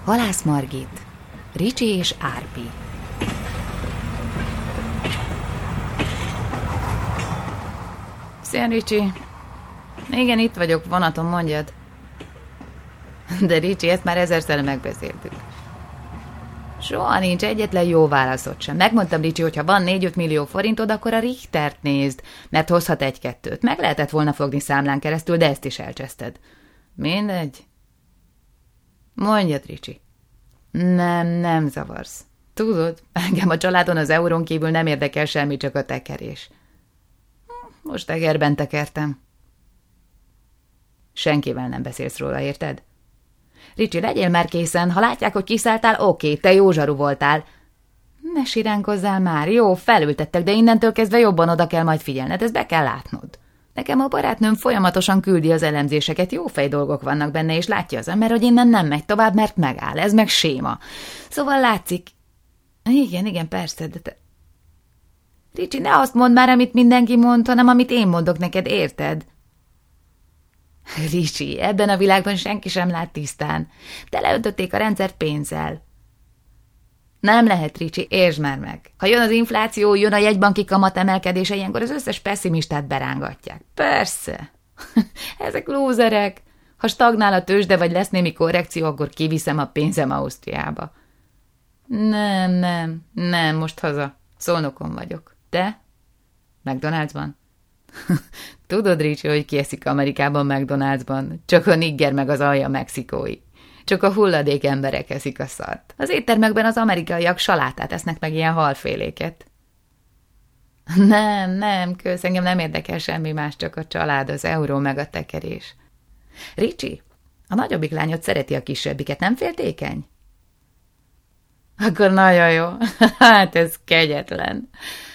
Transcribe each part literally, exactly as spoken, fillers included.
Halász Margit, Ricsi és Árpi. Szia, Ricsi. Igen, itt vagyok, vonaton, mondjad. De Ricsi, ezt már ezerszer megbeszéltük. Soha nincs egyetlen jó válaszod sem. Megmondtam, Ricsi, hogy ha van négy-öt millió forintod, akkor a Richtert nézd, mert hozhat egy-kettőt. Meg lehetett volna fogni számlán keresztül, de ezt is elcseszted. Mindegy. Mondjad, Ricsi. Nem, nem zavarsz. Tudod, engem a családon az eurón kívül nem érdekel semmi, csak a tekerés. Most tekerben tekertem. Senkivel nem beszélsz róla, érted? Ricsi, legyél már készen, ha látják, hogy kiszálltál, oké, te jó zsaru voltál. Ne siránkozzál már, jó, felültettek, de innentől kezdve jobban oda kell majd figyelned, ezt be kell látnod. Nekem a barátnőm folyamatosan küldi az elemzéseket, jó fej dolgok vannak benne, és látja az ember, hogy innen nem megy tovább, mert megáll, ez meg séma. Szóval látszik... Igen, igen, persze, de te... Ricsi, ne azt mondd már, amit mindenki mond, hanem amit én mondok neked, érted? Ricsi, ebben a világban senki sem lát tisztán. Teleöntötték a rendszert pénzzel. Nem lehet, Ricsi, értsd már meg. Ha jön az infláció, jön a jegybanki kamat emelkedése, ilyenkor az összes pessimistát berángatják. Persze. Ezek lúzerek. Ha stagnál a tőzsde, vagy lesz némi korrekció, akkor kiviszem a pénzem Ausztriába. Nem, nem, nem, most haza. Szolnokon vagyok. Te? McDonald'sban? Tudod, Ricsi, hogy ki eszik Amerikában McDonald'sban? Csak a nigger meg az alja mexikói. Csak a hulladék emberek eszik a szart. Az éttermekben az amerikaiak salátát esznek meg ilyen halféléket. Nem, nem, kösz, engem nem érdekel semmi más, csak a család, az euró meg a tekerés. Ricsi, a nagyobbik lányod szereti a kisebbiket, nem féltékeny? Akkor nagyon jó. Hát ez kegyetlen.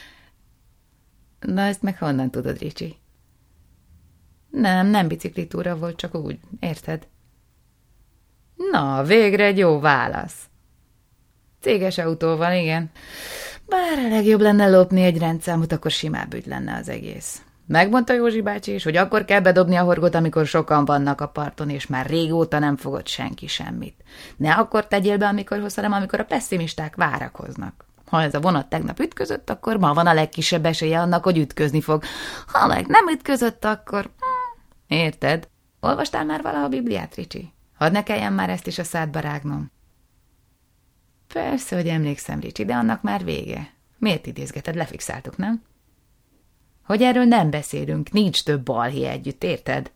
Na, ezt meg honnan tudod, Ricsi? Nem, nem biciklitúra volt, csak úgy, érted? Na, végre egy jó válasz. Céges autóval, igen. Bár a legjobb lenne lopni egy rendszámot, akkor simább ügy lenne az egész. Megmondta Józsi bácsi is, hogy akkor kell bedobni a horgot, amikor sokan vannak a parton, és már régóta nem fogott senki semmit. Ne akkor tegyél be, amikor hoz, hanem amikor a pessimisták várakoznak. Ha ez a vonat tegnap ütközött, akkor ma van a legkisebb esélye annak, hogy ütközni fog. Ha meg nem ütközött, akkor... Érted? Olvastál már valaha a Bibliát, Ricsi? Hadd ne kelljen már ezt is a szádba rágnom. Persze, hogy emlékszem, Ricsi, de annak már vége. Miért idézgeted? Lefixáltuk, nem? Hogy erről nem beszélünk, nincs több balhé együtt, érted?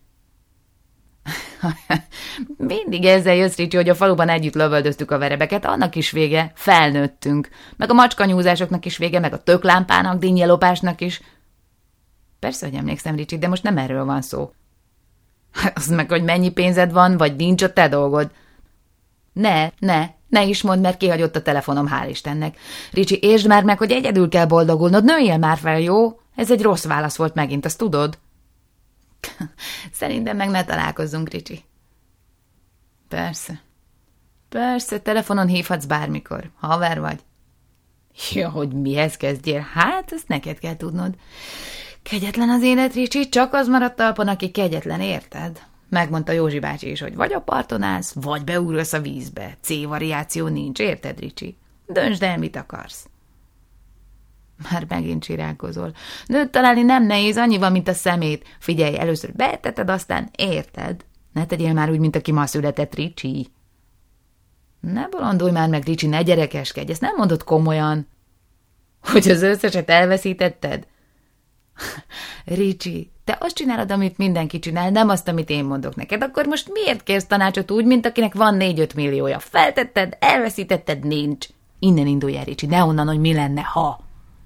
Mindig ezzel jössz, Ricsi, hogy a faluban együtt lövöldöztük a verebeket, annak is vége, felnőttünk, meg a macskanyúzásoknak is vége, meg a töklámpának, dinnyelopásnak is. Persze, hogy emlékszem, Ricsi, de most nem erről van szó. Az meg, hogy mennyi pénzed van, vagy nincs a te dolgod. Ne, ne, ne is mondd, mert kihagyott a telefonom, hál' Istennek. Ricsi, értsd már meg, hogy egyedül kell boldogulnod, nőjél már fel, jó? Ez egy rossz válasz volt megint, azt tudod? Szerintem meg ne találkozzunk, Ricsi. Persze. Persze, telefonon hívhatsz bármikor. Haver vagy. Jó, hogy mihez kezdjél? Hát, ezt neked kell tudnod. Kegyetlen az élet, Ricsi, csak az maradt talpon, aki kegyetlen, érted? Megmondta Józsi bácsi is, hogy vagy a parton állsz, vagy beugrasz a vízbe. C-variáció nincs, érted, Ricsi? Döntsd el, mit akarsz. Már megint csirálkozol. Nőt találni nem nehéz, annyi van, mint a szemét. Figyelj, először beteted, aztán érted? Ne tegyél már úgy, mint aki ma született, Ricsi. Ne bolondulj már meg, Ricsi, ne gyerekeskedj, ezt nem mondod komolyan. Hogy az összeset elveszítetted? Ricsi, te azt csinálod, amit mindenki csinál, nem azt, amit én mondok neked, akkor most miért kérsz tanácsot úgy, mint akinek van négy-öt milliója? Feltetted, elveszítetted, nincs. Innen indulj el, Ricsi, ne onnan, hogy mi lenne, ha...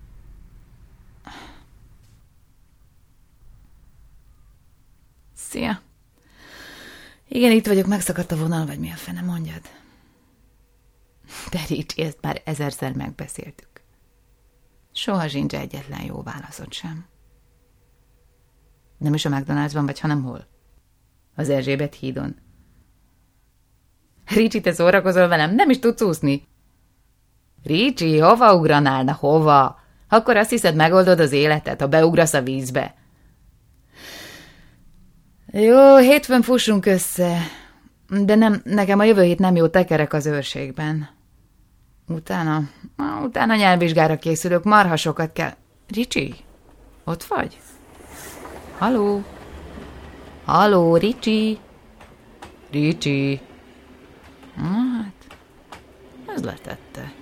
Szia! Igen, itt vagyok, megszakadt a vonal, vagy mi a fene, mondjad. De Ricsi, ezt már ezerszer megbeszéltük. Soha sincs egyetlen jó válaszod sem. Nem is a McDonald'sban vagy, hanem hol? Az Erzsébet hídon. Ricsi, te szórakozol velem? Nem is tudsz úszni. Ricsi, hova ugranálna, hova? Akkor azt hiszed, megoldod az életet, ha beugrasz a vízbe. Jó, hétfőn fussunk össze. De nem, nekem a jövő hét nem jó, tekerek az őrségben. Utána, utána nyelvvizsgára készülök, marha sokat kell. Ricsi, ott vagy? Haló? Haló, Ricsi? Ricsi? Na hát, ez letette.